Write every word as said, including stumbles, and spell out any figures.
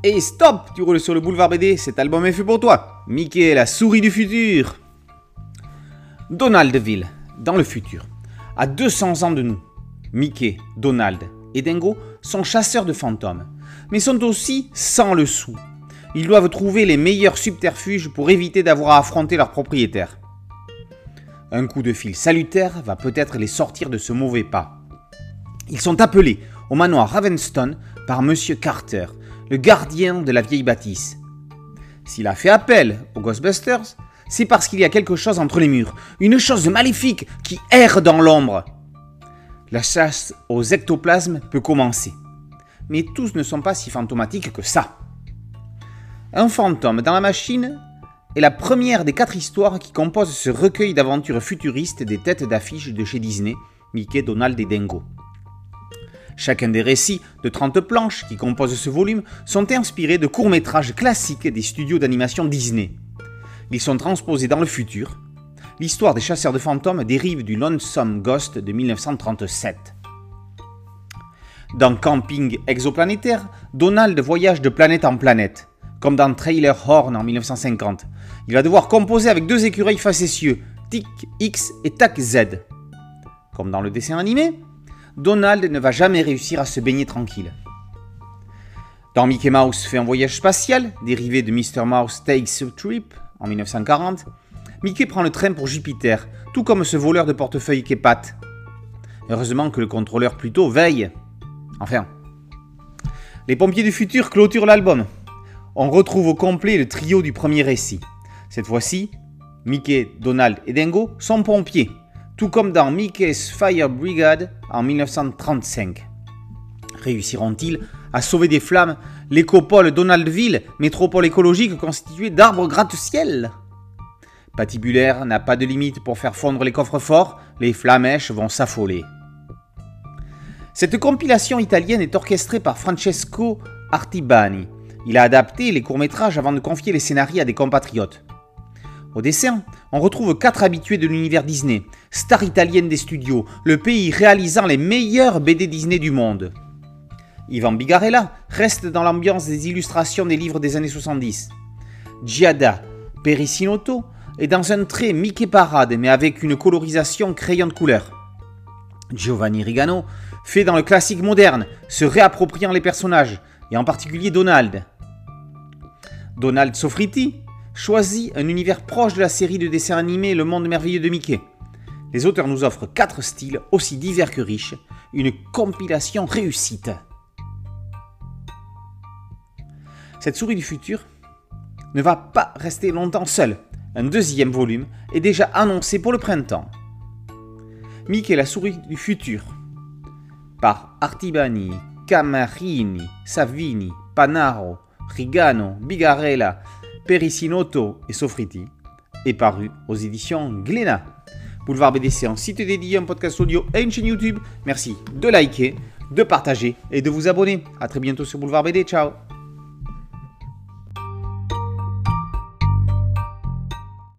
Et stop, tu roules sur le boulevard B D, cet album est fait pour toi. Mickey, la souris du futur. Donaldville, dans le futur. À deux cents ans de nous, Mickey, Donald et Dingo sont chasseurs de fantômes, mais sont aussi sans le sou. Ils doivent trouver les meilleurs subterfuges pour éviter d'avoir à affronter leur propriétaire. Un coup de fil salutaire va peut-être les sortir de ce mauvais pas. Ils sont appelés au manoir Ravenstone par Monsieur Carter, le gardien de la vieille bâtisse. S'il a fait appel aux Ghostbusters, c'est parce qu'il y a quelque chose entre les murs, une chose maléfique qui erre dans l'ombre. La chasse aux ectoplasmes peut commencer, mais tous ne sont pas si fantomatiques que ça. Un fantôme dans la machine est la première des quatre histoires qui composent ce recueil d'aventures futuristes des têtes d'affiche de chez Disney, Mickey, Donald et Dingo. Chacun des récits de trente planches qui composent ce volume sont inspirés de courts-métrages classiques des studios d'animation Disney. Ils sont transposés dans le futur. L'histoire des chasseurs de fantômes dérive du Lonesome Ghost de mille neuf cent trente-sept. Dans Camping exoplanétaire, Donald voyage de planète en planète, comme dans Trailer Horn en mille neuf cent cinquante. Il va devoir composer avec deux écureuils facétieux, Tic X et Tac Z. Comme dans le dessin animé, Donald ne va jamais réussir à se baigner tranquille. Dans Mickey Mouse fait un voyage spatial, dérivé de mister Mouse Takes a Trip en mille neuf cent quarante, Mickey prend le train pour Jupiter, tout comme ce voleur de portefeuille qu'est Pat. Heureusement que le contrôleur Pluto veille. Enfin, les pompiers du futur clôturent l'album. On retrouve au complet le trio du premier récit. Cette fois-ci, Mickey, Donald et Dingo sont pompiers, tout comme dans Mickey's Fire Brigade en mille neuf cent trente-cinq. Réussiront-ils à sauver des flammes l'écopole Donaldville, métropole écologique constituée d'arbres gratte-ciel? Patibulaire n'a pas de limite pour faire fondre les coffres forts, les flamèches vont s'affoler. Cette compilation italienne est orchestrée par Francesco Artibani. Il a adapté les courts-métrages avant de confier les scénarios à des compatriotes. Au dessin, on retrouve quatre habitués de l'univers Disney, stars italiennes des studios, le pays réalisant les meilleurs B D Disney du monde. Ivan Bigarella reste dans l'ambiance des illustrations des livres des années soixante-dix. Giada Perissinotto est dans un trait Mickey Parade, mais avec une colorisation crayon de couleur. Giovanni Rigano fait dans le classique moderne, se réappropriant les personnages, et en particulier Donald. Donald Sofriti choisit un univers proche de la série de dessins animés Le Monde Merveilleux de Mickey. Les auteurs nous offrent quatre styles aussi divers que riches, une compilation réussite. Cette souris du futur ne va pas rester longtemps seule. Un deuxième volume est déjà annoncé pour le printemps. Mickey, la souris du futur, par Artibani, Camarini, Savini, Panaro, Rigano, Bigarella, Perissinotto et Sofriti, est paru aux éditions Glénat. Boulevard B D, c'est un site dédié, un podcast audio et une chaîne YouTube. Merci de liker, de partager et de vous abonner. A très bientôt sur Boulevard B D. Ciao.